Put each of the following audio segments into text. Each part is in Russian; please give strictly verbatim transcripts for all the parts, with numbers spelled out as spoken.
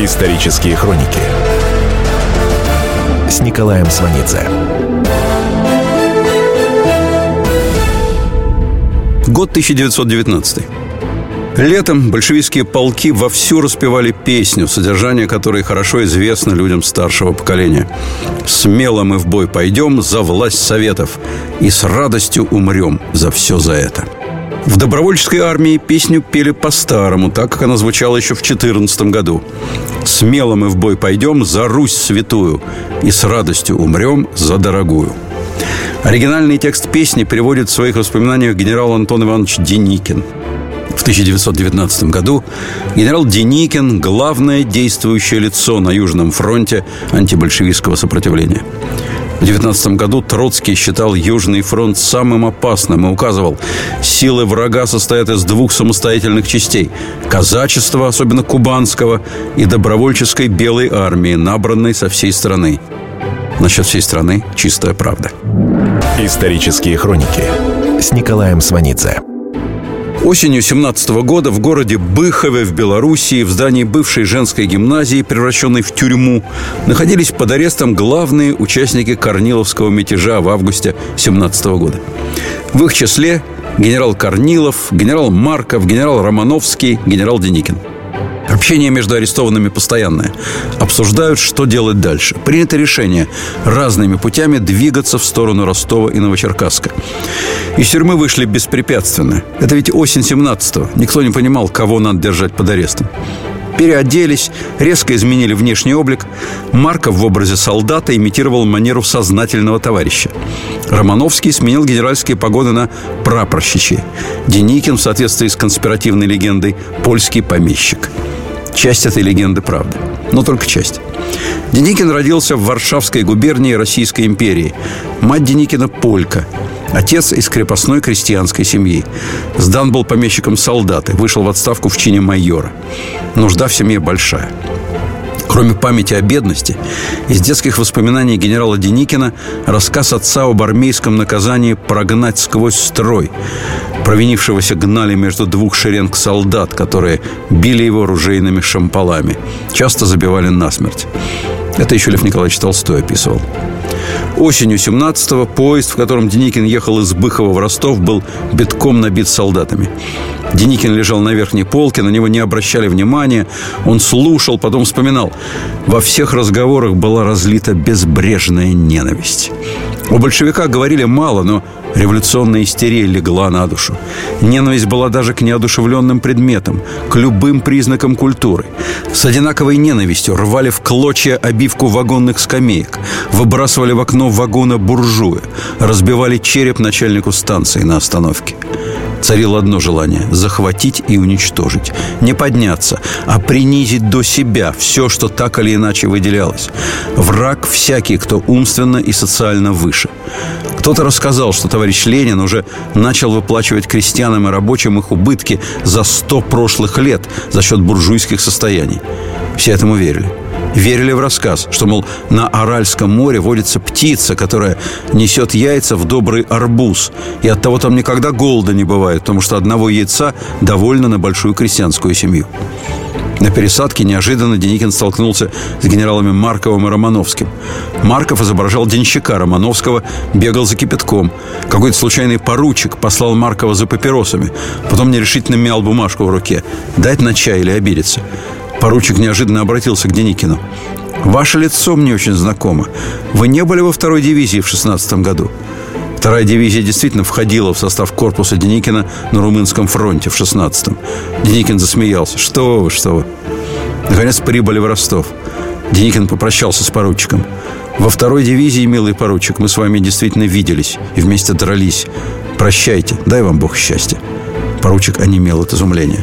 Исторические хроники с Николаем Сванидзе. Год тысяча девятьсот девятнадцатый. Летом большевистские полки вовсю распевали песню, содержание которой хорошо известно людям старшего поколения. «Смело мы в бой пойдем за власть советов и с радостью умрем за все за это». В добровольческой армии песню пели по-старому, так как она звучала еще в четырнадцатом году. «Смело мы в бой пойдем за Русь святую и с радостью умрем за дорогую». Оригинальный текст песни переводит в своих воспоминаниях генерал Антон Иванович Деникин. В тысяча девятьсот девятнадцатом году генерал Деникин – главное действующее лицо на Южном фронте антибольшевистского сопротивления. В девятнадцатом году Троцкий считал Южный фронт самым опасным и указывал: силы врага состоят из двух самостоятельных частей – казачества, особенно кубанского, и добровольческой белой армии, набранной со всей страны. Насчет всей страны – чистая правда. Исторические хроники с Николаем Сванидзе. Осенью семнадцатого года в городе Быхове в Белоруссии, в здании бывшей женской гимназии, превращенной в тюрьму, находились под арестом главные участники Корниловского мятежа в августе семнадцатого года. В их числе генерал Корнилов, генерал Марков, генерал Романовский, генерал Деникин. Общение между арестованными постоянное. Обсуждают, что делать дальше. Принято решение разными путями двигаться в сторону Ростова и Новочеркасска. Из тюрьмы вышли беспрепятственно. Это ведь осень семнадцатого. Никто не понимал, кого надо держать под арестом. Переоделись, резко изменили внешний облик. Марков в образе солдата имитировал манеру сознательного товарища. Романовский сменил генеральские погоны на прапорщичьи. Деникин, в соответствии с конспиративной легендой, польский помещик. Часть этой легенды правда, но только часть. Деникин родился в Варшавской губернии Российской империи. Мать Деникина – полька. Отец из крепостной крестьянской семьи. Сдан был помещиком солдаты, вышел в отставку в чине майора. Нужда в семье большая. Кроме памяти о бедности, из детских воспоминаний генерала Деникина рассказ отца об армейском наказании прогнать сквозь строй. Провинившегося гнали между двух шеренг солдат, которые били его ружейными шампалами. Часто забивали насмерть. Это еще Лев Николаевич Толстой описывал. Осенью семнадцатого поезд, в котором Деникин ехал из Быхова в Ростов, был битком набит солдатами. Деникин лежал на верхней полке, на него не обращали внимания. Он слушал, потом вспоминал. Во всех разговорах была разлита безбрежная ненависть. О большевиках говорили мало, но революционная истерия легла на душу. Ненависть была даже к неодушевленным предметам, к любым признакам культуры. С одинаковой ненавистью рвали в клочья обивку вагонных скамеек, выбрасывали в окно вагона буржуя, разбивали череп начальнику станции на остановке. Царило одно желание – захватить и уничтожить. Не подняться, а принизить до себя все, что так или иначе выделялось. Враг всякий, кто умственно и социально выше. Кто-то рассказал, что товарищ Ленин уже начал выплачивать крестьянам и рабочим их убытки за сто прошлых лет за счет буржуйских состояний. Все этому верили. Верили в рассказ, что, мол, на Аральском море водится птица, которая несет яйца в добрый арбуз. И оттого там никогда голода не бывает, потому что одного яйца довольно на большую крестьянскую семью. На пересадке неожиданно Деникин столкнулся с генералами Марковым и Романовским. Марков изображал денщика, Романовского бегал за кипятком. Какой-то случайный поручик послал Маркова за папиросами. Потом нерешительно мял бумажку в руке. Дать на чай или обидеться? Поручик неожиданно обратился к Деникину. «Ваше лицо мне очень знакомо. Вы не были во второй дивизии в шестнадцатом году?» Вторая дивизия действительно входила в состав корпуса Деникина на Румынском фронте в шестнадцатом. Деникин засмеялся. «Что вы, что вы!» Наконец прибыли в Ростов. Деникин попрощался с поручиком. «Во второй дивизии, милый поручик, мы с вами действительно виделись и вместе дрались. Прощайте, дай вам Бог счастья». Поручик онемел от изумления.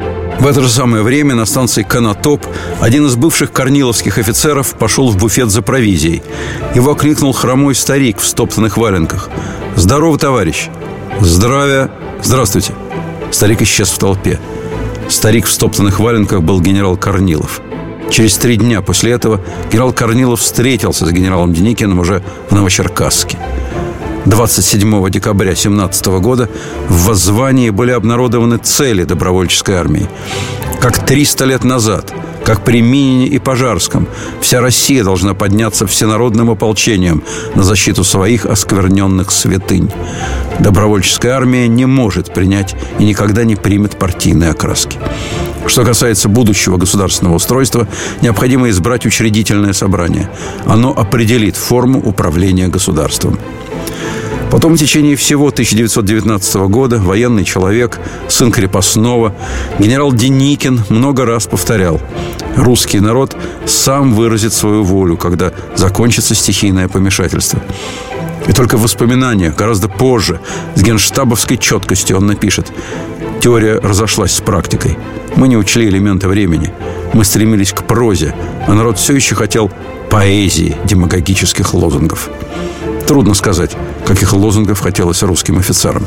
В это же самое время на станции Конотоп один из бывших корниловских офицеров пошел в буфет за провизией. Его окликнул хромой старик в стоптанных валенках. «Здорово, товарищ!» «Здравия!» «Здравствуйте!» Старик исчез в толпе. Старик в стоптанных валенках был генерал Корнилов. Через три дня после этого генерал Корнилов встретился с генералом Деникиным уже в Новочеркасске. двадцать седьмого декабря семнадцатого года в воззвании были обнародованы цели добровольческой армии. Как триста лет назад, Как при Минине и Пожарском, вся Россия должна подняться всенародным ополчением на защиту своих оскверненных святынь. Добровольческая армия не может принять и никогда не примет партийные окраски. Что касается будущего государственного устройства, необходимо избрать учредительное собрание. Оно определит форму управления государством. Потом в течение всего тысяча девятьсот девятнадцатого года военный человек, сын крепостного, генерал Деникин много раз повторял: русский народ сам выразит свою волю, когда закончится стихийное помешательство. И только в воспоминаниях гораздо позже, с генштабовской четкостью он напишет: теория разошлась с практикой. Мы не учли элементы времени. Мы стремились к прозе, а народ все еще хотел поэзии демагогических лозунгов. Трудно сказать, каких лозунгов хотелось русским офицерам.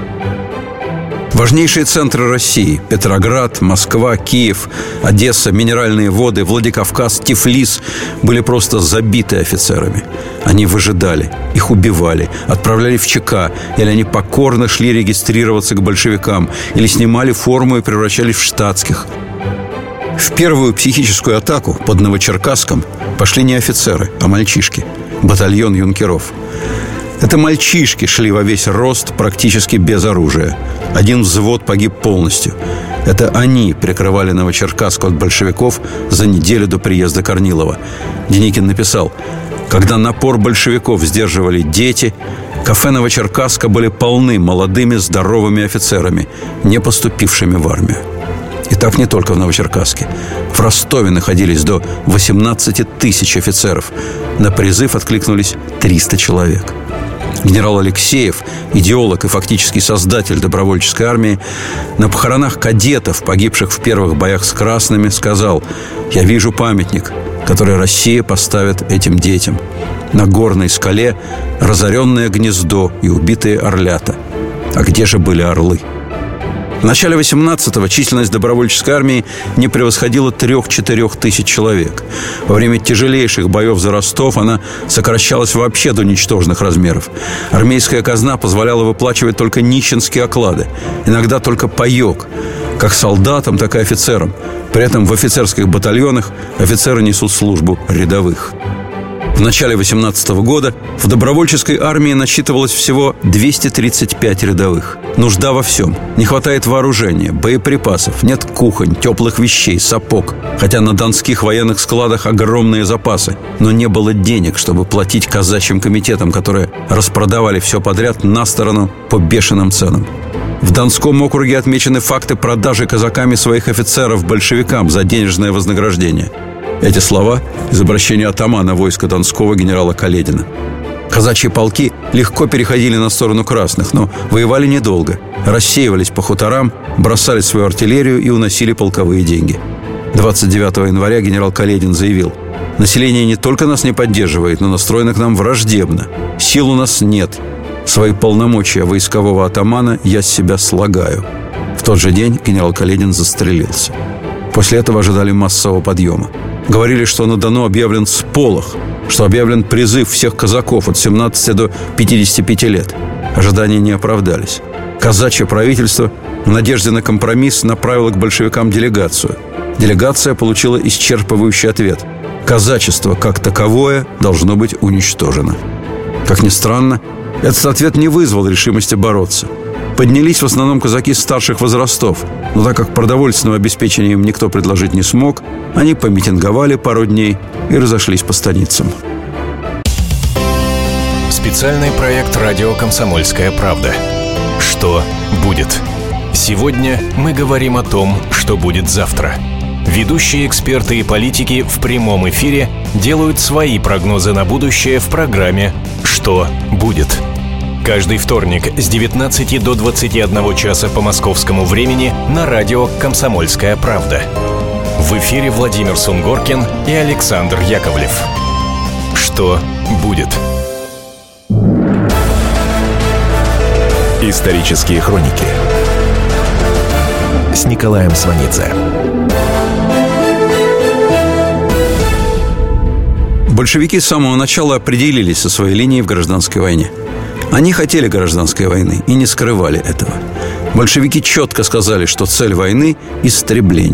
Важнейшие центры России – Петроград, Москва, Киев, Одесса, Минеральные воды, Владикавказ, Тифлис – были просто забиты офицерами. Они выжидали, их убивали, отправляли в ЧК, или они покорно шли регистрироваться к большевикам, или снимали форму и превращались в штатских. В первую психическую атаку под Новочеркасском пошли не офицеры, а мальчишки – батальон юнкеров. Это мальчишки шли во весь рост практически без оружия. Один взвод погиб полностью. Это они прикрывали Новочеркасск от большевиков за неделю до приезда Корнилова. Деникин написал: когда напор большевиков сдерживали дети, кафе Новочеркасска были полны молодыми здоровыми офицерами, не поступившими в армию. И так не только в Новочеркасске. В Ростове находились до восемнадцати тысяч офицеров. На призыв откликнулись триста человек. Генерал Алексеев, идеолог и фактически создатель добровольческой армии, на похоронах кадетов, погибших в первых боях с красными, сказал: «Я вижу памятник, который Россия поставит этим детям. На горной скале разоренное гнездо и убитые орлята. А где же были орлы?» В начале восемнадцатого численность добровольческой армии не превосходила трех-четырех тысяч человек. Во время тяжелейших боев за Ростов она сокращалась вообще до ничтожных размеров. Армейская казна позволяла выплачивать только нищенские оклады, иногда только паёк, как солдатам, так и офицерам. При этом в офицерских батальонах офицеры несут службу рядовых. В начале восемнадцатого года в добровольческой армии насчитывалось всего двести тридцать пять рядовых. Нужда во всем. Не хватает вооружения, боеприпасов, нет кухонь, теплых вещей, сапог. Хотя на донских военных складах огромные запасы. Но не было денег, чтобы платить казачьим комитетам, которые распродавали все подряд на сторону по бешеным ценам. В Донском округе отмечены факты продажи казаками своих офицеров большевикам за денежное вознаграждение. Эти слова из обращения атамана войска Донского генерала Каледина. Казачьи полки легко переходили на сторону красных, но воевали недолго. Рассеивались по хуторам, бросали свою артиллерию и уносили полковые деньги. двадцать девятого января генерал Каледин заявил: «Население не только нас не поддерживает, но настроено к нам враждебно. Сил у нас нет. Свои полномочия войскового атамана я с себя слагаю». В тот же день генерал Каледин застрелился. После этого ожидали массового подъема. Говорили, что на Дону объявлен сполох, что объявлен призыв всех казаков от семнадцати до пятидесяти пяти лет. Ожидания не оправдались. Казачье правительство в надежде на компромисс направило к большевикам делегацию. Делегация получила исчерпывающий ответ: казачество как таковое должно быть уничтожено. Как ни странно, этот ответ не вызвал решимости бороться. Поднялись в основном казаки старших возрастов, но так как продовольственного обеспечения им никто предложить не смог, они помитинговали пару дней и разошлись по станицам. Специальный проект «Радио Комсомольская правда». Что будет? Сегодня мы говорим о том, что будет завтра. Ведущие эксперты и политики в прямом эфире делают свои прогнозы на будущее в программе «Что будет?». Каждый вторник с девятнадцати до двадцати одного часа по московскому времени на радио «Комсомольская правда». В эфире Владимир Сунгоркин и Александр Яковлев. Что будет? Исторические хроники с Николаем Сванидзе. Большевики с самого начала определились со своей линией в гражданской войне. Они хотели гражданской войны и не скрывали этого. Большевики четко сказали, что цель войны – истребление.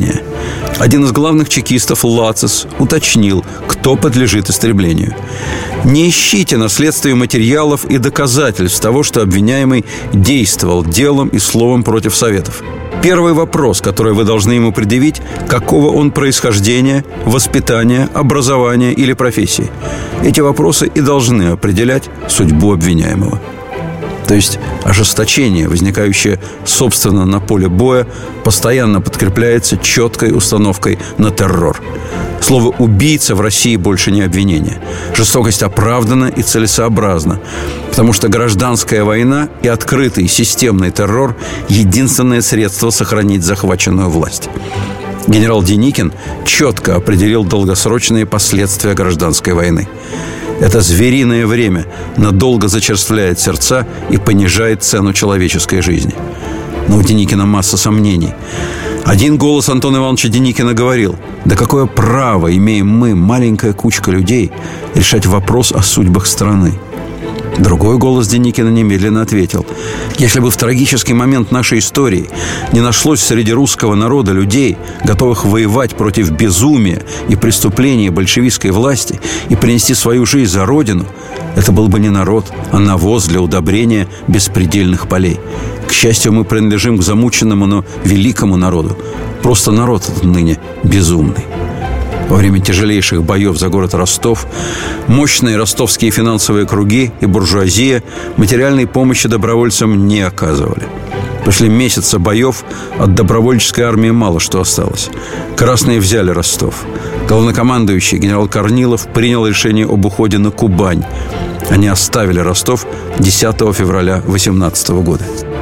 Один из главных чекистов, Лацис, уточнил, кто подлежит истреблению. Не ищите на следствии материалов и доказательств того, что обвиняемый действовал делом и словом против Советов. Первый вопрос, который вы должны ему предъявить, какого он происхождения, воспитания, образования или профессии. Эти вопросы и должны определять судьбу обвиняемого. То есть ожесточение, возникающее, собственно, на поле боя, постоянно подкрепляется четкой установкой на террор. Слово «убийца» в России больше не обвинение. Жестокость оправдана и целесообразна, потому что гражданская война и открытый системный террор – единственное средство сохранить захваченную власть. Генерал Деникин четко определил долгосрочные последствия гражданской войны. Это звериное время надолго зачерствляет сердца и понижает цену человеческой жизни. Но у Деникина масса сомнений. Один голос Антона Ивановича Деникина говорил: да какое право имеем мы, маленькая кучка людей, решать вопрос о судьбах страны? Другой голос Деникина немедленно ответил: если бы в трагический момент нашей истории не нашлось среди русского народа людей, готовых воевать против безумия и преступлений большевистской власти и принести свою жизнь за родину, это был бы не народ, а навоз для удобрения беспредельных полей. К счастью, мы принадлежим к замученному, но великому народу. Просто народ этот ныне безумный. Во время тяжелейших боев за город Ростов мощные ростовские финансовые круги и буржуазия материальной помощи добровольцам не оказывали. После месяца боев от добровольческой армии мало что осталось. Красные взяли Ростов. Главнокомандующий генерал Корнилов принял решение об уходе на Кубань. Они оставили Ростов десятого февраля восемнадцатого года.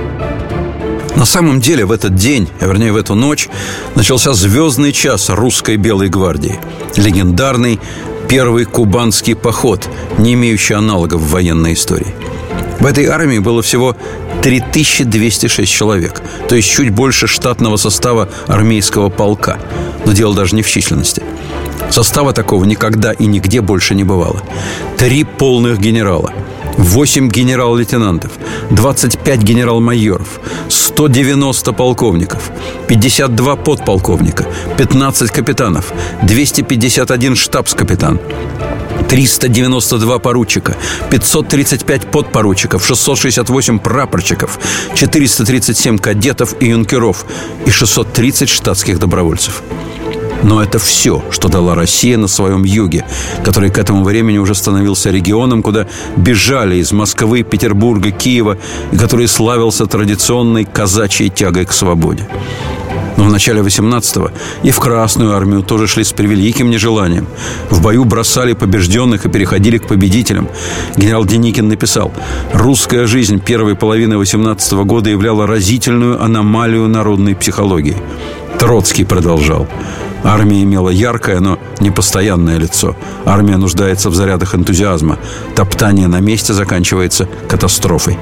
На самом деле в этот день, а вернее в эту ночь, начался звездный час русской Белой гвардии. Легендарный первый кубанский поход, не имеющий аналогов в военной истории. В этой армии было всего три тысячи двести шесть человек, то есть чуть больше штатного состава армейского полка. Но дело даже не в численности. Состава такого никогда и нигде больше не бывало. Три полных генерала, восемь генерал-лейтенантов, двадцать пять генерал-майоров, сто девяносто полковников, пятьдесят два подполковника, пятнадцать капитанов, двести пятьдесят один штабс-капитан, триста девяносто два поручика, пятьсот тридцать пять подпоручиков, шестьсот шестьдесят восемь прапорщиков, четыреста тридцать семь кадетов и юнкеров и шестьсот тридцать штатских добровольцев. Но это все, что дала Россия на своем юге, который к этому времени уже становился регионом, куда бежали из Москвы, Петербурга, Киева, и который славился традиционной казачьей тягой к свободе. Но в начале восемнадцатого и в Красную армию тоже шли с превеликим нежеланием. В бою бросали побежденных и переходили к победителям. Генерал Деникин написал: «Русская жизнь первой половины восемнадцатого года являла разительную аномалию народной психологии». Троцкий продолжал: армия имела яркое, но непостоянное лицо. Армия нуждается в зарядах энтузиазма. Топтание на месте заканчивается катастрофой.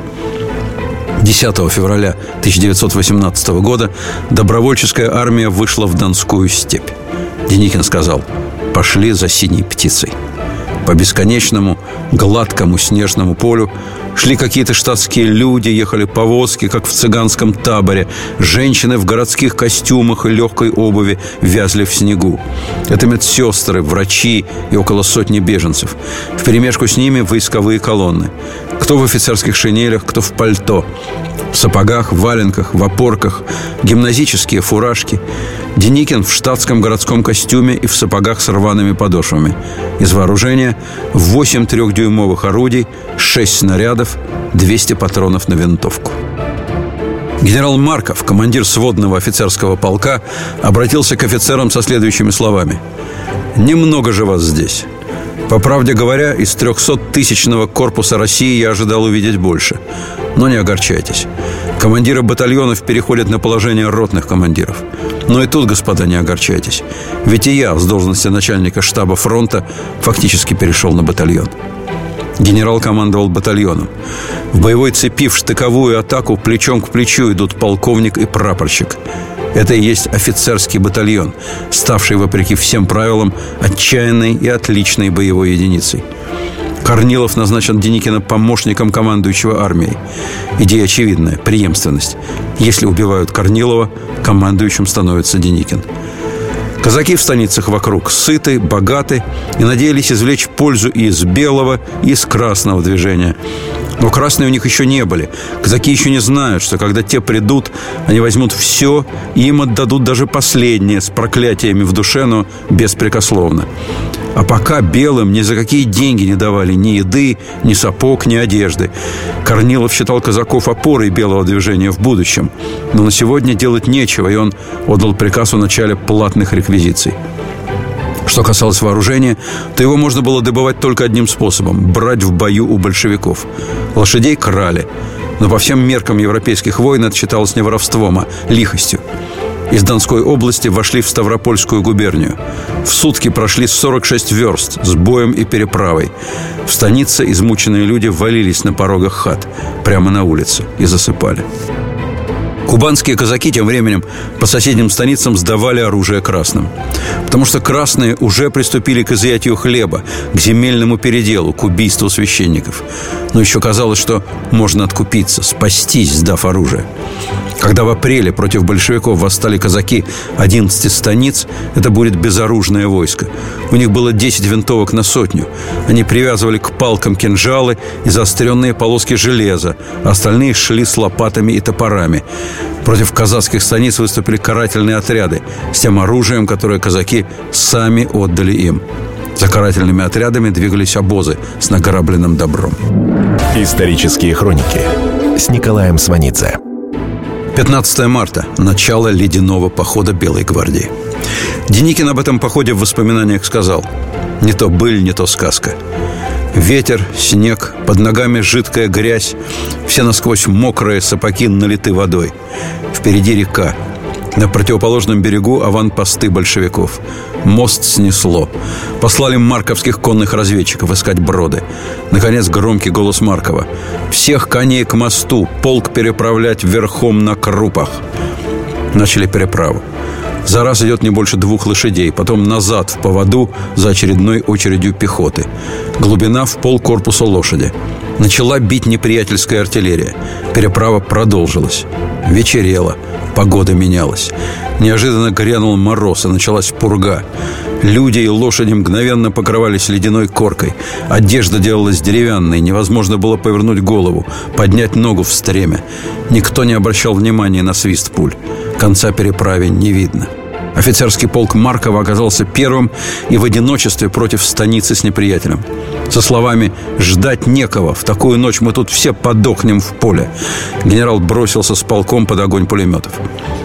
десятого февраля тысяча девятьсот восемнадцатого года добровольческая армия вышла в Донскую степь. Деникин сказал: «Пошли за синей птицей». По бесконечному, гладкому снежному полю шли какие-то штатские люди, ехали повозки, как в цыганском таборе. Женщины в городских костюмах и легкой обуви вязли в снегу. Это медсестры, врачи и около сотни беженцев. Вперемешку с ними войсковые колонны. Кто в офицерских шинелях, кто в пальто. В сапогах, в валенках, в опорках, гимназические фуражки. Деникин в штатском городском костюме и в сапогах с рваными подошвами. Из вооружения восемь трехдюймовых орудий, шесть снарядов, двести патронов на винтовку. Генерал Марков, командир сводного офицерского полка, обратился к офицерам со следующими словами: «Немного же вас здесь. По правде говоря, из трехсоттысячного корпуса России я ожидал увидеть больше. Но не огорчайтесь. Командиры батальонов переходят на положение ротных командиров. Но и тут, господа, не огорчайтесь. Ведь и я с должности начальника штаба фронта фактически перешел на батальон». Генерал командовал батальоном. В боевой цепи в штыковую атаку плечом к плечу идут полковник и прапорщик. Это и есть офицерский батальон, ставший, вопреки всем правилам, отчаянной и отличной боевой единицей. Корнилов назначен Деникина помощником командующего армией. Идея очевидная – преемственность. Если убивают Корнилова, командующим становится Деникин. Казаки в станицах вокруг сыты, богаты и надеялись извлечь пользу и из белого, и из красного движения. Но красные у них еще не были. Казаки еще не знают, что когда те придут, они возьмут все и им отдадут даже последнее, с проклятиями в душе, но беспрекословно. А пока белым ни за какие деньги не давали ни еды, ни сапог, ни одежды. Корнилов считал казаков опорой белого движения в будущем. Но на сегодня делать нечего, и он отдал приказ о начале платных реквизиций. Что касалось вооружения, то его можно было добывать только одним способом – брать в бою у большевиков. Лошадей крали, но по всем меркам европейских войн это считалось не воровством, а лихостью. Из Донской области вошли в Ставропольскую губернию. В сутки прошли сорок шесть верст с боем и переправой. В станице измученные люди валились на порогах хат прямо на улице и засыпали. Кубанские казаки тем временем по соседним станицам сдавали оружие красным. Потому что красные уже приступили к изъятию хлеба, к земельному переделу, к убийству священников. Но еще казалось, что можно откупиться, спастись, сдав оружие. Когда в апреле против большевиков восстали казаки одиннадцати станиц, это будет безоружное войско. У них было десять винтовок на сотню. Они привязывали к палкам кинжалы и заостренные полоски железа, а остальные шли с лопатами и топорами. Против казацких станиц выступили карательные отряды с тем оружием, которое казаки сами отдали им. За карательными отрядами двигались обозы с награбленным добром. Исторические хроники с Николаем Сванидзе. пятнадцатого марта – начало ледяного похода Белой гвардии. Деникин об этом походе в воспоминаниях сказал: «Не то быль, не то сказка. Ветер, снег, под ногами жидкая грязь, все насквозь мокрые, сапоги налиты водой. Впереди река. На противоположном берегу аванпосты большевиков. Мост снесло. Послали марковских конных разведчиков искать броды. Наконец громкий голос Маркова: «Всех коней к мосту, полк переправлять верхом на крупах». Начали переправу. За раз идет не больше двух лошадей, потом назад в поводу за очередной очередью пехоты. Глубина в полкорпуса лошади. Начала бить неприятельская артиллерия. Переправа продолжилась. Вечерело. Погода менялась. Неожиданно грянул мороз, и началась пурга. Люди и лошади мгновенно покрывались ледяной коркой. Одежда делалась деревянной, невозможно было повернуть голову, поднять ногу в стремя. Никто не обращал внимания на свист пуль. Конца переправе не видно. Офицерский полк Маркова оказался первым и в одиночестве против станицы с неприятелем. Со словами «ждать некого, в такую ночь мы тут все подохнем в поле», генерал бросился с полком под огонь пулеметов.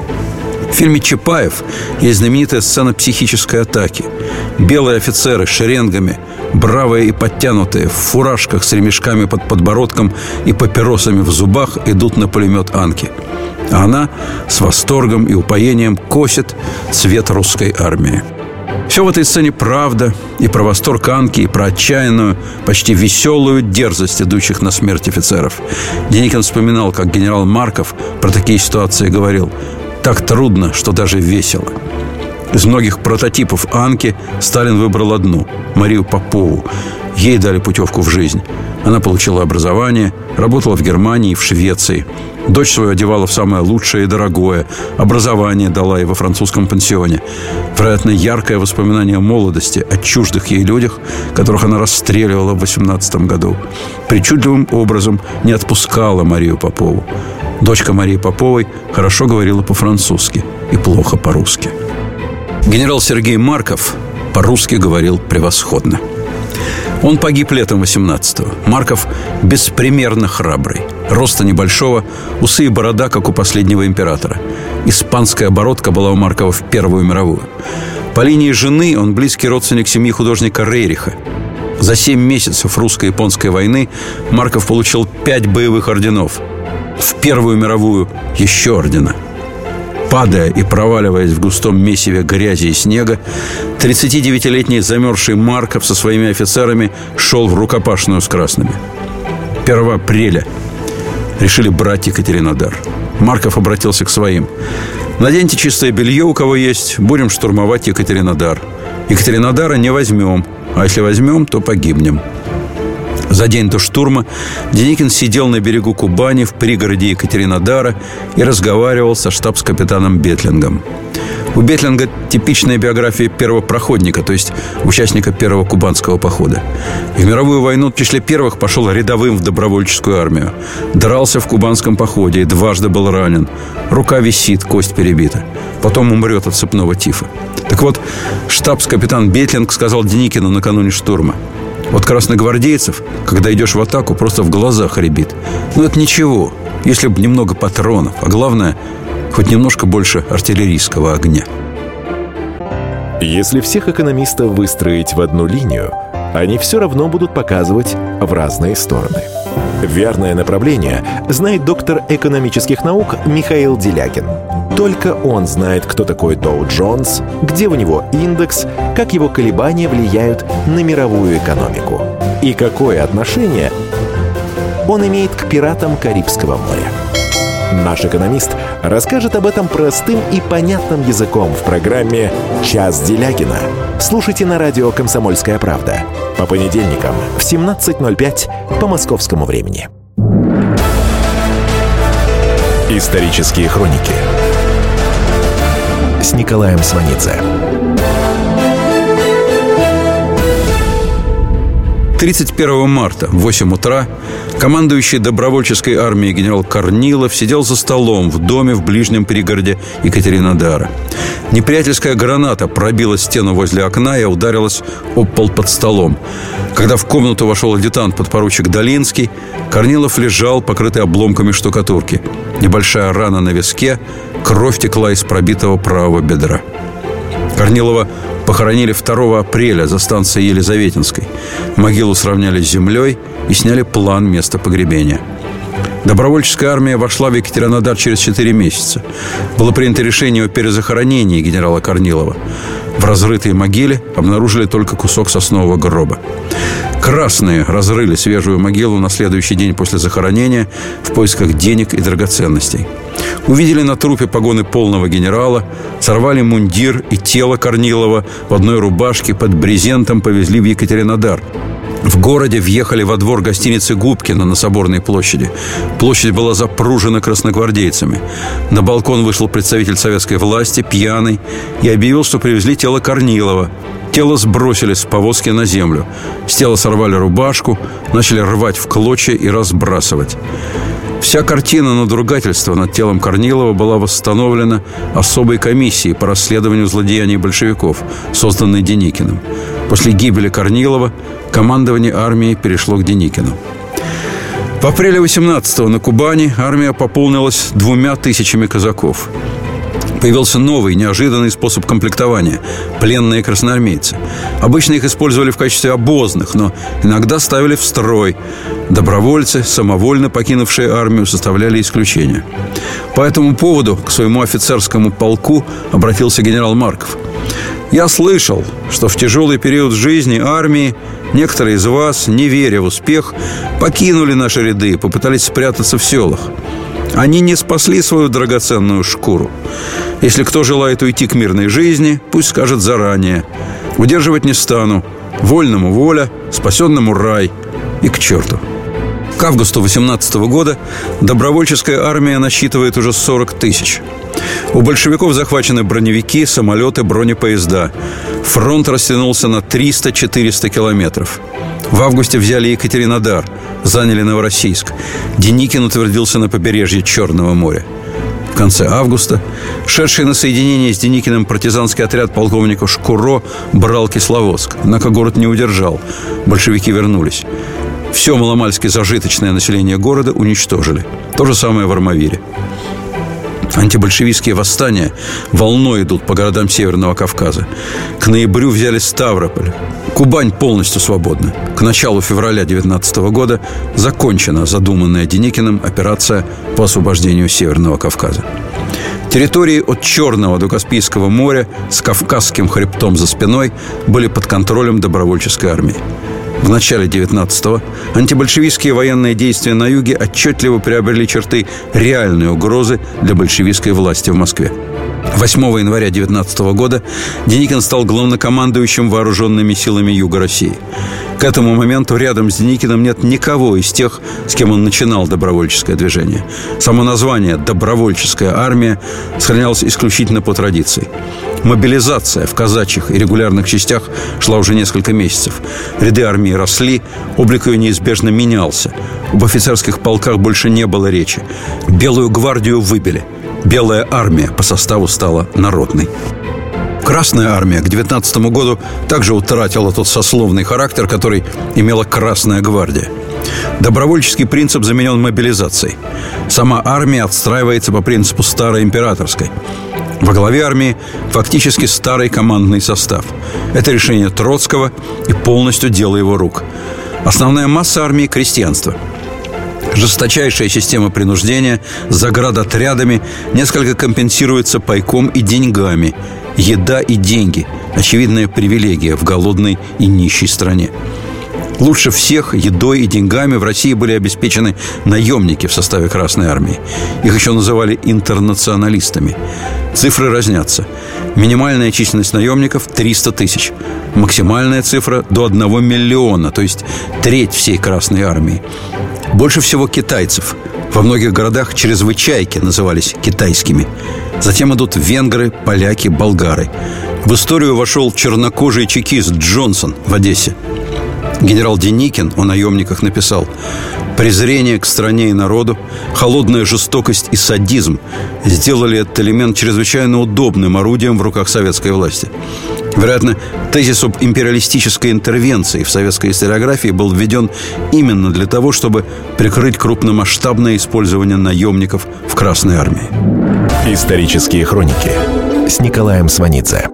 В фильме «Чапаев» есть знаменитая сцена психической атаки. Белые офицеры с шеренгами, бравые и подтянутые, в фуражках с ремешками под подбородком и папиросами в зубах идут на пулемет Анки. А она с восторгом и упоением косит цвет русской армии. Все в этой сцене правда. И про восторг Анки, и про отчаянную, почти веселую дерзость идущих на смерть офицеров. Деникин вспоминал, как генерал Марков про такие ситуации говорил: «Так трудно, что даже весело». Из многих прототипов Анки Сталин выбрал одну – Марию Попову. Ей дали путевку в жизнь. Она получила образование, работала в Германии и в Швеции. Дочь свою одевала в самое лучшее и дорогое. Образование дала и во французском пансионе. Вероятно, яркое воспоминание молодости о чуждых ей людях, которых она расстреливала в восемнадцатом году. Причудливым образом не отпускала Марию Попову. Дочка Марии Поповой хорошо говорила по-французски и плохо по-русски. Генерал Сергей Марков по-русски говорил превосходно. Он погиб летом восемнадцатого. Марков беспримерно храбрый. Роста небольшого, усы и борода, как у последнего императора. Испанская оборотка была у Маркова в Первую мировую. По линии жены он близкий родственник семьи художника Рейриха. За семь месяцев русско-японской войны Марков получил пять боевых орденов. В Первую мировую еще ордена. Падая и проваливаясь в густом месиве грязи и снега, тридцатидевятилетний замерзший Марков со своими офицерами шел в рукопашную с красными. первого апреля решили брать Екатеринодар. Марков обратился к своим: «Наденьте чистое белье, у кого есть, будем штурмовать Екатеринодар. Екатеринодара не возьмем, а если возьмем, то погибнем». За день до штурма Деникин сидел на берегу Кубани в пригороде Екатеринодара и разговаривал со штабс-капитаном Бетлингом. У Бетлинга типичная биография первопроходника, то есть участника первого кубанского похода. В мировую войну в числе первых пошел рядовым в добровольческую армию. Дрался в кубанском походе и дважды был ранен. Рука висит, кость перебита. Потом умрет от цепного тифа. Так вот, штабс-капитан Бетлинг сказал Деникину накануне штурма: вот красногвардейцев, когда идешь в атаку, просто в глазах рябит. Но это ничего, если бы немного патронов, а главное, хоть немножко больше артиллерийского огня. Если всех экономистов выстроить в одну линию, они все равно будут показывать в разные стороны. Верное направление знает доктор экономических наук Михаил Делякин. Только он знает, кто такой Доу Джонс, где у него индекс, как его колебания влияют на мировую экономику и какое отношение он имеет к пиратам Карибского моря. Наш экономист расскажет об этом простым и понятным языком в программе «Час Делякина». Слушайте на радио «Комсомольская правда» по понедельникам в семнадцать ноль пять по московскому времени. Исторические хроники с Николаем Сванидзе. тридцать первого марта в восемь утра командующий добровольческой армией генерал Корнилов сидел за столом в доме в ближнем пригороде Екатеринодара. Неприятельская граната пробила стену возле окна и ударилась об пол под столом. Когда в комнату вошел адъютант подпоручик Долинский, Корнилов лежал, покрытый обломками штукатурки. Небольшая рана на виске, кровь текла из пробитого правого бедра. Корнилова похоронили второго апреля за станцией Елизаветинской. Могилу сравняли с землей и сняли план места погребения. Добровольческая армия вошла в Екатеринодар через четыре месяца. Было принято решение о перезахоронении генерала Корнилова. В разрытой могиле обнаружили только кусок соснового гроба. Красные разрыли свежую могилу на следующий день после захоронения в поисках денег и драгоценностей. Увидели на трупе погоны полного генерала, сорвали мундир и тело Корнилова в одной рубашке под брезентом повезли в Екатеринодар. В городе въехали во двор гостиницы Губкина на Соборной площади. Площадь была запружена красногвардейцами. На балкон вышел представитель советской власти, пьяный, и объявил, что привезли тело Корнилова. Тело сбросили с повозки на землю. С тела сорвали рубашку, начали рвать в клочья и разбрасывать. Вся картина надругательства над телом Корнилова была восстановлена особой комиссией по расследованию злодеяний большевиков, созданной Деникиным. После гибели Корнилова командование армии перешло к Деникину. В апреле восемнадцатого на Кубани армия пополнилась двумя тысячами казаков. Появился новый, неожиданный способ комплектования – пленные красноармейцы. Обычно их использовали в качестве обозных, но иногда ставили в строй. Добровольцы, самовольно покинувшие армию, составляли исключение. По этому поводу к своему офицерскому полку обратился генерал Марков. «Я слышал, что в тяжелый период жизни армии некоторые из вас, не веря в успех, покинули наши ряды и попытались спрятаться в селах. Они не спасли свою драгоценную шкуру. Если кто желает уйти к мирной жизни, пусть скажет заранее. Удерживать не стану. Вольному воля, спасенному рай. И к черту». К августу восемнадцатого года добровольческая армия насчитывает уже сорок тысяч. У большевиков захвачены броневики, самолеты, бронепоезда. Фронт растянулся на триста-четыреста километров. В августе взяли Екатеринодар, заняли Новороссийск. Деникин утвердился на побережье Черного моря. В конце августа шедший на соединение с Деникиным партизанский отряд полковника Шкуро брал Кисловодск. Однако город не удержал. Большевики вернулись. Все маломальски зажиточное население города уничтожили. То же самое в Армавире. Антибольшевистские восстания волной идут по городам Северного Кавказа. К ноябрю взяли Ставрополь. Кубань полностью свободна. К началу февраля девятнадцатого года закончена задуманная Деникиным операция по освобождению Северного Кавказа. Территории от Черного до Каспийского моря с Кавказским хребтом за спиной были под контролем добровольческой армии. В начале девятнадцатого антибольшевистские военные действия на юге отчетливо приобрели черты реальной угрозы для большевистской власти в Москве. восьмого января девятнадцатого года Деникин стал главнокомандующим вооруженными силами Юга России. К этому моменту рядом с Деникиным нет никого из тех, с кем он начинал добровольческое движение. Само название «добровольческая армия» сохранялось исключительно по традиции. Мобилизация в казачьих и регулярных частях шла уже несколько месяцев. Ряды армии росли, облик ее неизбежно менялся. Об офицерских полках больше не было речи. Белую гвардию выбили. Белая армия по составу стала народной. Красная армия к девятнадцатому году также утратила тот сословный характер, который имела Красная гвардия. Добровольческий принцип заменен мобилизацией. Сама армия отстраивается по принципу старой императорской. Во главе армии фактически старый командный состав. Это решение Троцкого и полностью дело его рук. Основная масса армии – крестьянство. Жесточайшая система принуждения заградотрядами несколько компенсируется пайком и деньгами. Еда и деньги – очевидная привилегия в голодной и нищей стране. Лучше всех едой и деньгами в России были обеспечены наемники в составе Красной армии. Их еще называли интернационалистами. Цифры разнятся. Минимальная численность наемников – триста тысяч. Максимальная цифра – до одного миллиона, то есть треть всей Красной армии. Больше всего китайцев. Во многих городах чрезвычайки назывались китайскими. Затем идут венгры, поляки, болгары. В историю вошел чернокожий чекист Джонсон в Одессе. Генерал Деникин о наемниках написал: презрение к стране и народу, холодная жестокость и садизм сделали этот элемент чрезвычайно удобным орудием в руках советской власти. Вероятно, тезис об империалистической интервенции в советской историографии был введен именно для того, чтобы прикрыть крупномасштабное использование наемников в Красной армии. Исторические хроники с Николаем Сванидзе.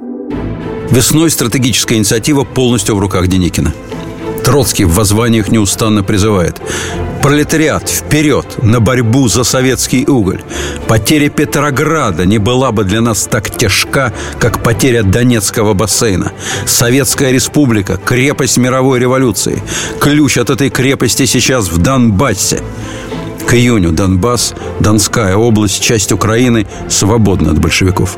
Весной стратегическая инициатива полностью в руках Деникина. Троцкий в воззваниях неустанно призывает: пролетариат, вперед, на борьбу за советский уголь. Потеря Петрограда не была бы для нас так тяжка, как потеря Донецкого бассейна. Советская республика – крепость мировой революции. Ключ от этой крепости сейчас в Донбассе. К июню Донбасс, Донская область, часть Украины свободна от большевиков.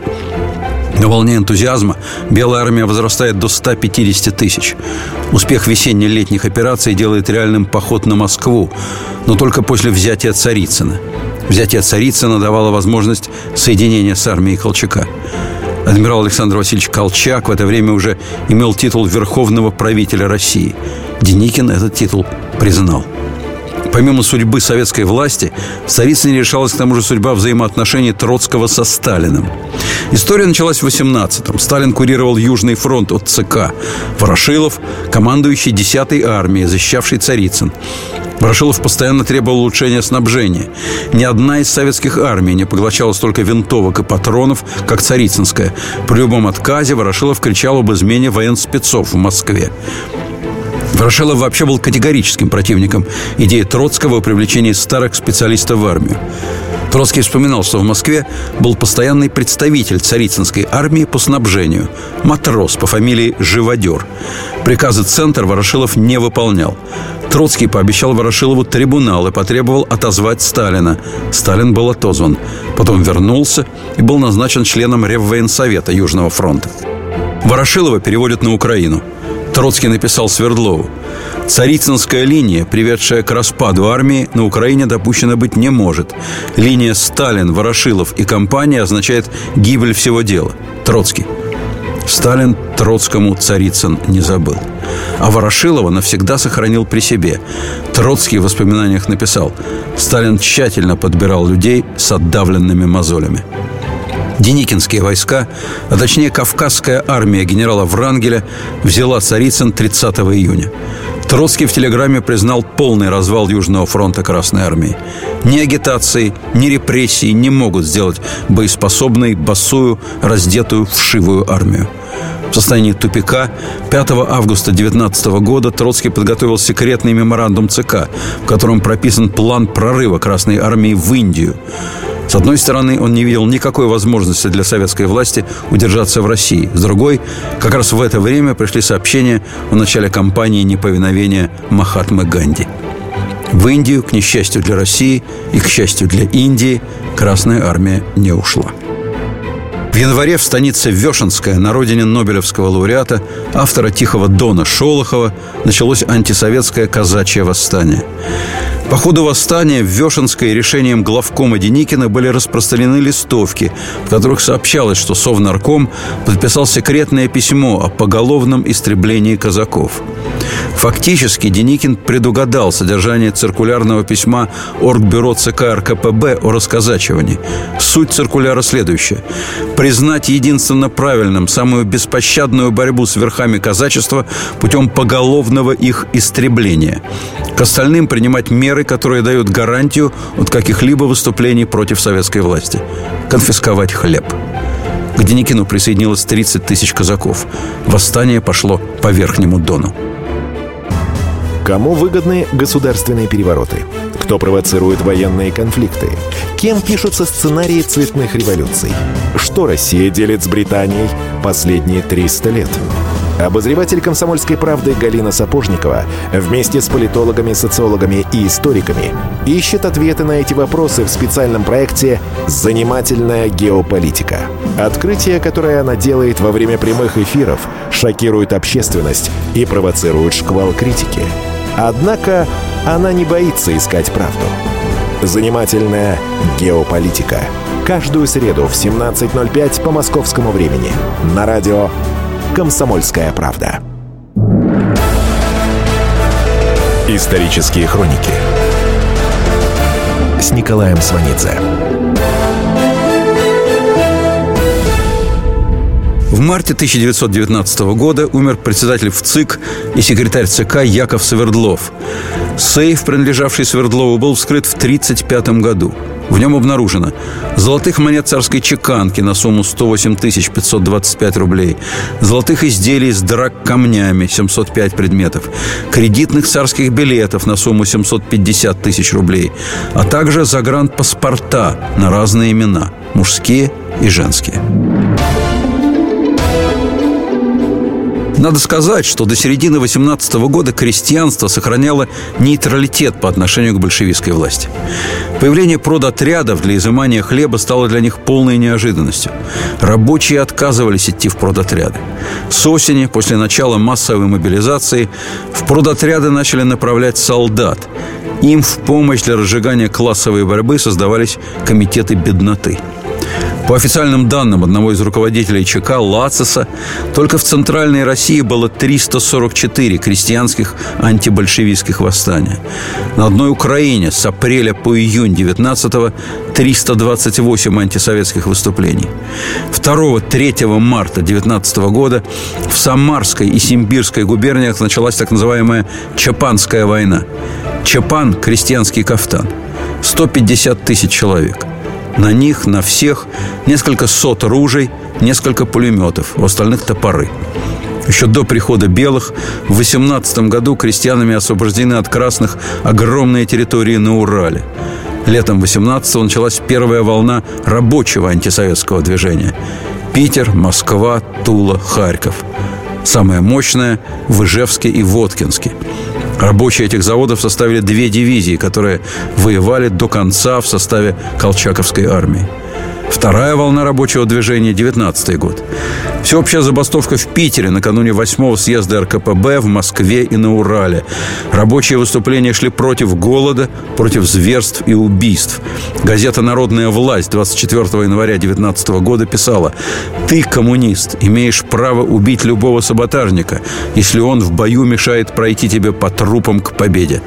На волне энтузиазма Белая армия возрастает до ста пятидесяти тысяч. Успех весенне-летних операций делает реальным поход на Москву, но только после взятия Царицына. Взятие Царицына давало возможность соединения с армией Колчака. Адмирал Александр Васильевич Колчак в это время уже имел титул верховного правителя России. Деникин этот титул признал. Помимо судьбы советской власти, в Царицыне решалась к тому же судьба взаимоотношений Троцкого со Сталиным. История началась в восемнадцатом. Сталин курировал Южный фронт от ЦК. Ворошилов – командующий десятой армией, защищавший Царицын. Ворошилов постоянно требовал улучшения снабжения. Ни одна из советских армий не поглощала столько винтовок и патронов, как Царицынская. При любом отказе Ворошилов кричал об измене военспецов в Москве. Ворошилов вообще был категорическим противником идеи Троцкого о привлечении старых специалистов в армию. Троцкий вспоминал, что в Москве был постоянный представитель Царицынской армии по снабжению, матрос по фамилии Живодер. Приказы Центр Ворошилов не выполнял. Троцкий пообещал Ворошилову трибунал и потребовал отозвать Сталина. Сталин был отозван. Потом вернулся и был назначен членом Реввоенсовета Южного фронта. Ворошилова переводят на Украину. Троцкий написал Свердлову: «Царицынская линия, приведшая к распаду армии, на Украине допущена быть не может. Линия Сталин, Ворошилов и компания означает гибель всего дела». Троцкий. Сталин Троцкому Царицын не забыл. А Ворошилова навсегда сохранил при себе. Троцкий в воспоминаниях написал: «Сталин тщательно подбирал людей с отдавленными мозолями». Деникинские войска, а точнее Кавказская армия генерала Врангеля, взяла Царицын тридцатого июня. Троцкий в телеграмме признал полный развал Южного фронта Красной армии. Ни агитации, ни репрессии не могут сделать боеспособной, босую, раздетую, вшивую армию. В состоянии тупика пятого августа девятнадцатого года Троцкий подготовил секретный меморандум ЦК, в котором прописан план прорыва Красной армии в Индию. С одной стороны, он не видел никакой возможности для советской власти удержаться в России. С другой, как раз в это время пришли сообщения о начале кампании неповиновения Махатмы Ганди. В Индию, к несчастью для России и к счастью для Индии, Красная армия не ушла. В январе в станице Вешенская, на родине нобелевского лауреата, автора «Тихого дона» Шолохова, началось антисоветское казачье восстание. По ходу восстания в Вешенской решением главкома Деникина были распространены листовки, в которых сообщалось, что Совнарком подписал секретное письмо о поголовном истреблении казаков. Фактически Деникин предугадал содержание циркулярного письма Оргбюро ЦК РКПБ о расказачивании. Суть циркуляра следующая: признать единственно правильным самую беспощадную борьбу с верхами казачества путем поголовного их истребления. К остальным принимать меры, которые дают гарантию от каких-либо выступлений против советской власти. Конфисковать хлеб. К Деникину присоединилось тридцать тысяч казаков. Восстание пошло по Верхнему Дону. Кому выгодны государственные перевороты? Кто провоцирует военные конфликты? Кем пишутся сценарии цветных революций? Что Россия делит с Британией последние триста лет? Обозреватель «Комсомольской правды» Галина Сапожникова вместе с политологами, социологами и историками ищет ответы на эти вопросы в специальном проекте «Занимательная геополитика». Открытие, которое она делает во время прямых эфиров, шокирует общественность и провоцирует шквал критики. Однако она не боится искать правду. «Занимательная геополитика». Каждую среду в семнадцать ноль пять по московскому времени на радио «Комсомольская правда». Исторические хроники с Николаем Сванидзе. В марте тысяча девятьсот девятнадцатого года умер председатель ВЦИК и секретарь ЦК Яков Свердлов. Сейф, принадлежавший Свердлову, был вскрыт в тысяча девятьсот тридцать пятом году. В нем обнаружено золотых монет царской чеканки на сумму сто восемь тысяч пятьсот двадцать пять рублей, золотых изделий с драгкамнями семьсот пять предметов, кредитных царских билетов на сумму семьсот пятьдесят тысяч рублей, а также загранпаспорта на разные имена – мужские и женские. Надо сказать, что до середины восемнадцатого года крестьянство сохраняло нейтралитет по отношению к большевистской власти. Появление продотрядов для изымания хлеба стало для них полной неожиданностью. Рабочие отказывались идти в продотряды. С осени, после начала массовой мобилизации, в продотряды начали направлять солдат. Им в помощь для разжигания классовой борьбы создавались комитеты бедноты. По официальным данным одного из руководителей ЧК Лациса, только в Центральной России было триста сорок четыре крестьянских антибольшевистских восстания. На одной Украине с апреля по июнь девятнадцатого триста двадцать восемь антисоветских выступлений. второго-третьего марта девятнадцатого года в Самарской и Симбирской губерниях началась так называемая Чапанская война. Чапан – крестьянский кафтан. сто пятьдесят тысяч человек. На них, на всех, несколько сот ружей, несколько пулеметов, у остальных топоры. Еще до прихода белых в восемнадцатом году крестьянами освобождены от красных огромные территории на Урале. Летом восемнадцатого началась первая волна рабочего антисоветского движения. Питер, Москва, Тула, Харьков. Самая мощная – в Ижевске и Воткинске. Рабочие этих заводов составили две дивизии, которые воевали до конца в составе Колчаковской армии. Вторая волна рабочего движения – девятнадцатый год. Всеобщая забастовка в Питере накануне восьмого съезда РКПБ, в Москве и на Урале. Рабочие выступления шли против голода, против зверств и убийств. Газета «Народная власть» двадцать четвёртого января девятнадцатого года писала: «Ты, коммунист, имеешь право убить любого саботажника, если он в бою мешает пройти тебе по трупам к победе».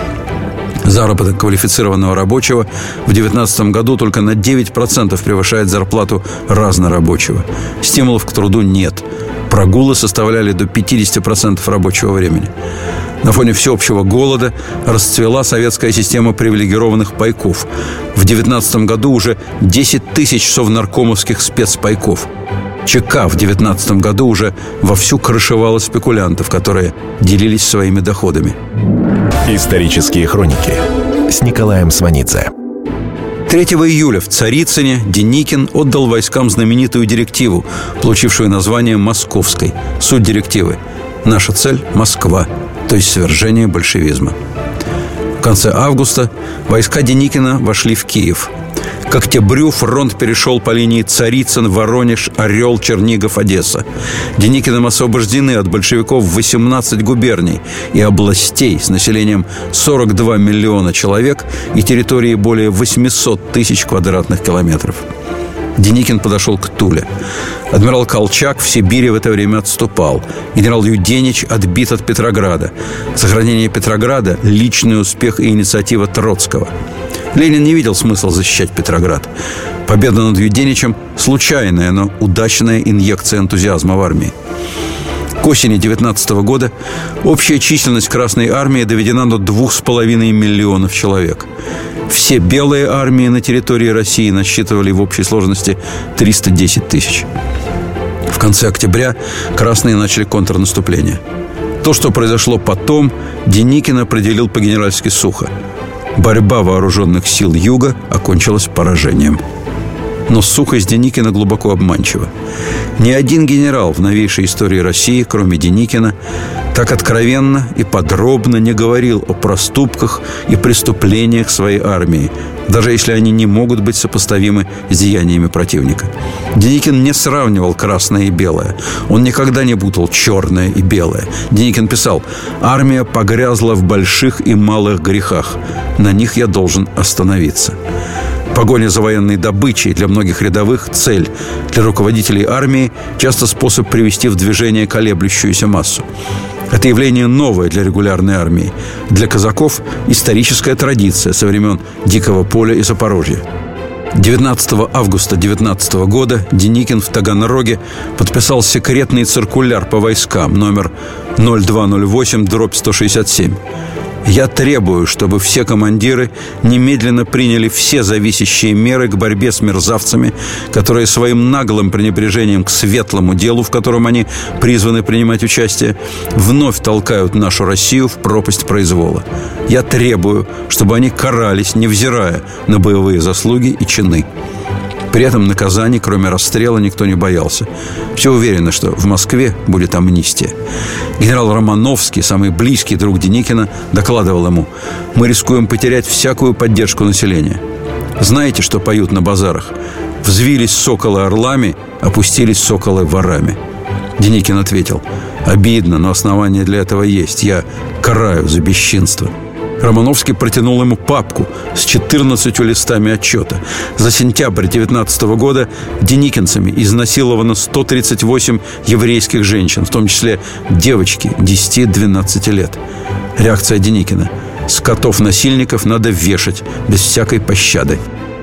Заработок квалифицированного рабочего в девятнадцатом году только на девять процентов превышает зарплату разнорабочего. Стимулов к труду нет. Прогулы составляли до пятьдесят процентов рабочего времени. На фоне всеобщего голода расцвела советская система привилегированных пайков. В девятнадцатом году уже десять тысяч совнаркомовских спецпайков. ЧК в девятнадцатом году уже вовсю крышевала спекулянтов, которые делились своими доходами. Исторические хроники с Николаем Сванидзе. третьего июля в Царицыне Деникин отдал войскам знаменитую директиву, получившую название «Московской». Суть директивы: наша цель – Москва, то есть свержение большевизма. В конце августа войска Деникина вошли в Киев. К октябрю фронт перешел по линии Царицын, Воронеж, Орел, Чернигов, Одесса. Деникиным освобождены от большевиков восемнадцать губерний и областей с населением сорок два миллиона человек и территорией более восемьсот тысяч квадратных километров. Деникин подошел к Туле. Адмирал Колчак в Сибири в это время отступал. Генерал Юденич отбит от Петрограда. Сохранение Петрограда – личный успех и инициатива Троцкого. Ленин не видел смысла защищать Петроград. Победа над Юденичем – случайная, но удачная инъекция энтузиазма в армии. К осени девятнадцатого года общая численность Красной армии доведена до двух с половиной миллионов человек. Все белые армии на территории России насчитывали в общей сложности триста десять тысяч. В конце октября красные начали контрнаступление. То, что произошло потом, Деникин определил по-генеральски сухо. Борьба вооруженных сил Юга окончилась поражением. Но сухость Деникина глубоко обманчива. Ни один генерал в новейшей истории России, кроме Деникина, так откровенно и подробно не говорил о проступках и преступлениях своей армии, даже если они не могут быть сопоставимы с деяниями противника. Деникин не сравнивал красное и белое. Он никогда не путал черное и белое. Деникин писал: «Армия погрязла в больших и малых грехах. На них я должен остановиться». Погоня за военной добычей для многих рядовых – цель. Для руководителей армии часто способ привести в движение колеблющуюся массу. Это явление новое для регулярной армии. Для казаков – историческая традиция со времен Дикого поля и Запорожья. девятнадцатого августа девятнадцатого года Деникин в Таганроге подписал секретный циркуляр по войскам номер ноль два ноль восемь дробь сто шестьдесят семь. «Я требую, чтобы все командиры немедленно приняли все зависящие меры к борьбе с мерзавцами, которые своим наглым пренебрежением к светлому делу, в котором они призваны принимать участие, вновь толкают нашу Россию в пропасть произвола. Я требую, чтобы они карались, невзирая на боевые заслуги и чины». При этом наказаний, кроме расстрела, никто не боялся. Все уверены, что в Москве будет амнистия. Генерал Романовский, самый близкий друг Деникина, докладывал ему: «Мы рискуем потерять всякую поддержку населения. Знаете, что поют на базарах? Взвились соколы орлами, опустились соколы ворами». Деникин ответил: «Обидно, но основания для этого есть. Я караю за бесчинство». Романовский протянул ему папку с четырнадцатью листами отчета. За сентябрь девятнадцатого года деникинцами изнасиловано сто тридцать восемь еврейских женщин, в том числе девочки десяти-двенадцати лет. Реакция Деникина: «Скотов-насильников надо вешать без всякой пощады».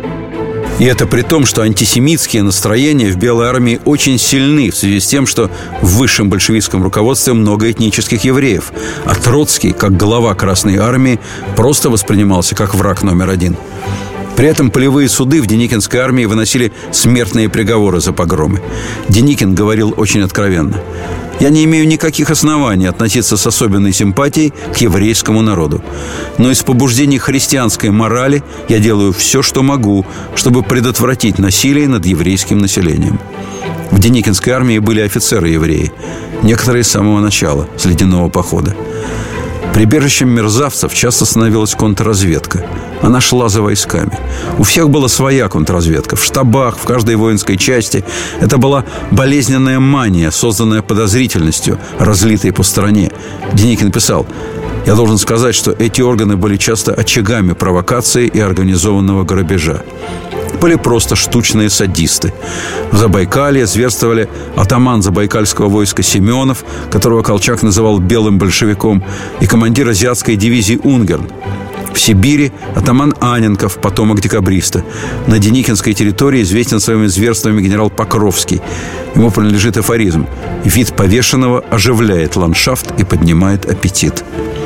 И это при том, что антисемитские настроения в Белой армии очень сильны в связи с тем, что в высшем большевистском руководстве много этнических евреев, а Троцкий, как глава Красной армии, просто воспринимался как враг номер один. При этом полевые суды в Деникинской армии выносили смертные приговоры за погромы. Деникин говорил очень откровенно: «Я не имею никаких оснований относиться с особенной симпатией к еврейскому народу. Но из побуждений христианской морали я делаю все, что могу, чтобы предотвратить насилие над еврейским населением». В Деникинской армии были офицеры-евреи, некоторые с самого начала, с ледяного похода. Прибежищем мерзавцев часто становилась контрразведка. Она шла за войсками. У всех была своя контрразведка. В штабах, в каждой воинской части. Это была болезненная мания, созданная подозрительностью, разлитой по стране. Деникин писал: «Я должен сказать, что эти органы были часто очагами провокации и организованного грабежа. Были просто штучные садисты. В Забайкалье зверствовали атаман забайкальского войска Семенов, которого Колчак называл белым большевиком, и командир азиатской дивизии Унгерн. В Сибири атаман Анненков, потомок декабриста. На Деникинской территории известен своими зверствами генерал Покровский. Ему принадлежит афоризм: «Вид повешенного оживляет ландшафт и поднимает аппетит».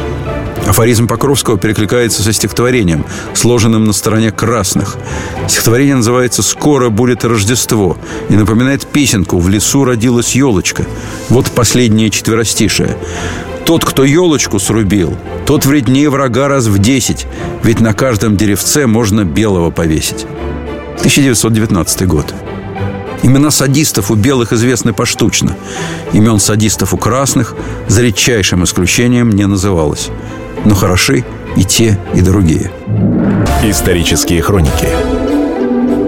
Афоризм Покровского перекликается со стихотворением, сложенным на стороне красных. Стихотворение называется «Скоро будет Рождество» и напоминает песенку «В лесу родилась елочка». Вот последнее четверостишее: «Тот, кто елочку срубил, тот вреднее врага раз в десять, ведь на каждом деревце можно белого повесить». тысяча девятьсот девятнадцатый год. Имена садистов у белых известны поштучно. Имен садистов у красных за редчайшим исключением не называлось. Но хороши и те, и другие. Исторические хроники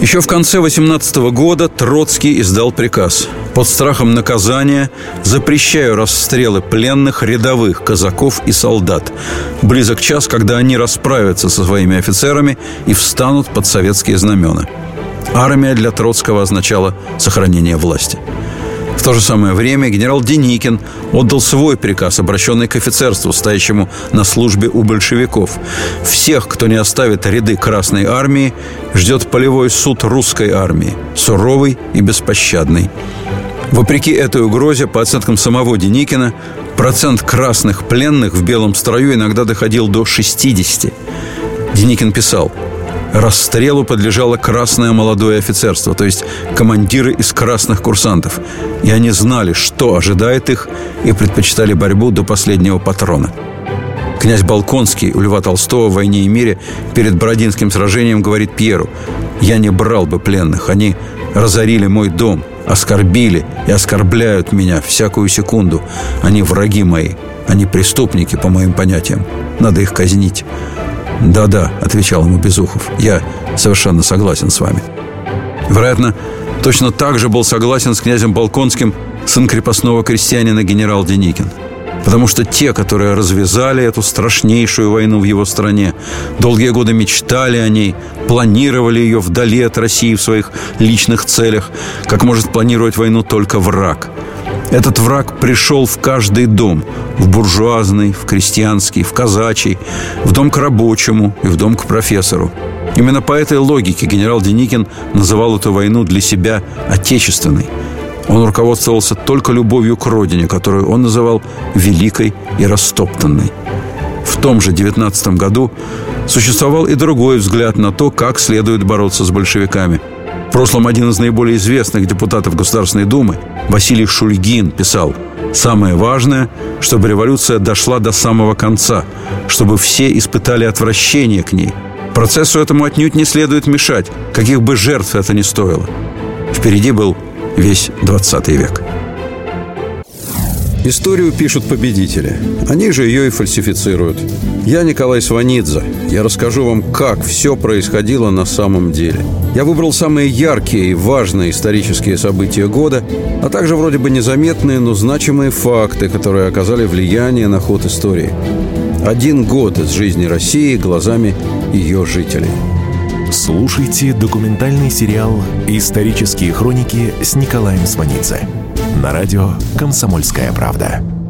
Еще в конце восемнадцатого года Троцкий издал приказ: под страхом наказания запрещаю расстрелы пленных рядовых казаков и солдат. Близок час, когда они расправятся со своими офицерами и встанут под советские знамена. Армия для Троцкого означала сохранение власти. В то же самое время генерал Деникин отдал свой приказ, обращенный к офицерству, стоящему на службе у большевиков. Всех, кто не оставит ряды Красной армии, ждет полевой суд русской армии, суровый и беспощадный. Вопреки этой угрозе, по оценкам самого Деникина, процент красных пленных в белом строю иногда доходил до шестидесяти. Деникин писал: расстрелу подлежало красное молодое офицерство, то есть командиры из красных курсантов. И они знали, что ожидает их, и предпочитали борьбу до последнего патрона. Князь Болконский у Льва Толстого в «Войне и мире» перед Бородинским сражением говорит Пьеру: «Я не брал бы пленных, они разорили мой дом, оскорбили и оскорбляют меня всякую секунду. Они враги мои, они преступники, по моим понятиям. Надо их казнить». «Да-да», — отвечал ему Безухов, — «я совершенно согласен с вами». Вероятно, точно так же был согласен с князем Болконским сын крепостного крестьянина генерал Деникин. Потому что те, которые развязали эту страшнейшую войну в его стране, долгие годы мечтали о ней, планировали ее вдали от России в своих личных целях, как может планировать войну только враг. Этот враг пришел в каждый дом: в буржуазный, в крестьянский, в казачий, в дом к рабочему и в дом к профессору. Именно по этой логике генерал Деникин называл эту войну для себя отечественной. Он руководствовался только любовью к родине, которую он называл великой и растоптанной. В том же девятнадцатом году существовал и другой взгляд на то, как следует бороться с большевиками. В прошлом один из наиболее известных депутатов Государственной Думы, Василий Шульгин, писал: «Самое важное, чтобы революция дошла до самого конца, чтобы все испытали отвращение к ней. Процессу этому отнюдь не следует мешать, каких бы жертв это ни стоило». Впереди был весь двадцатый век. Историю пишут победители. Они же ее и фальсифицируют. Я Николай Сванидзе. Я расскажу вам, как все происходило на самом деле. Я выбрал самые яркие и важные исторические события года, а также вроде бы незаметные, но значимые факты, которые оказали влияние на ход истории. Один год из жизни России глазами ее жителей. Слушайте документальный сериал «Исторические хроники» с Николаем Сванидзе на радио «Комсомольская правда».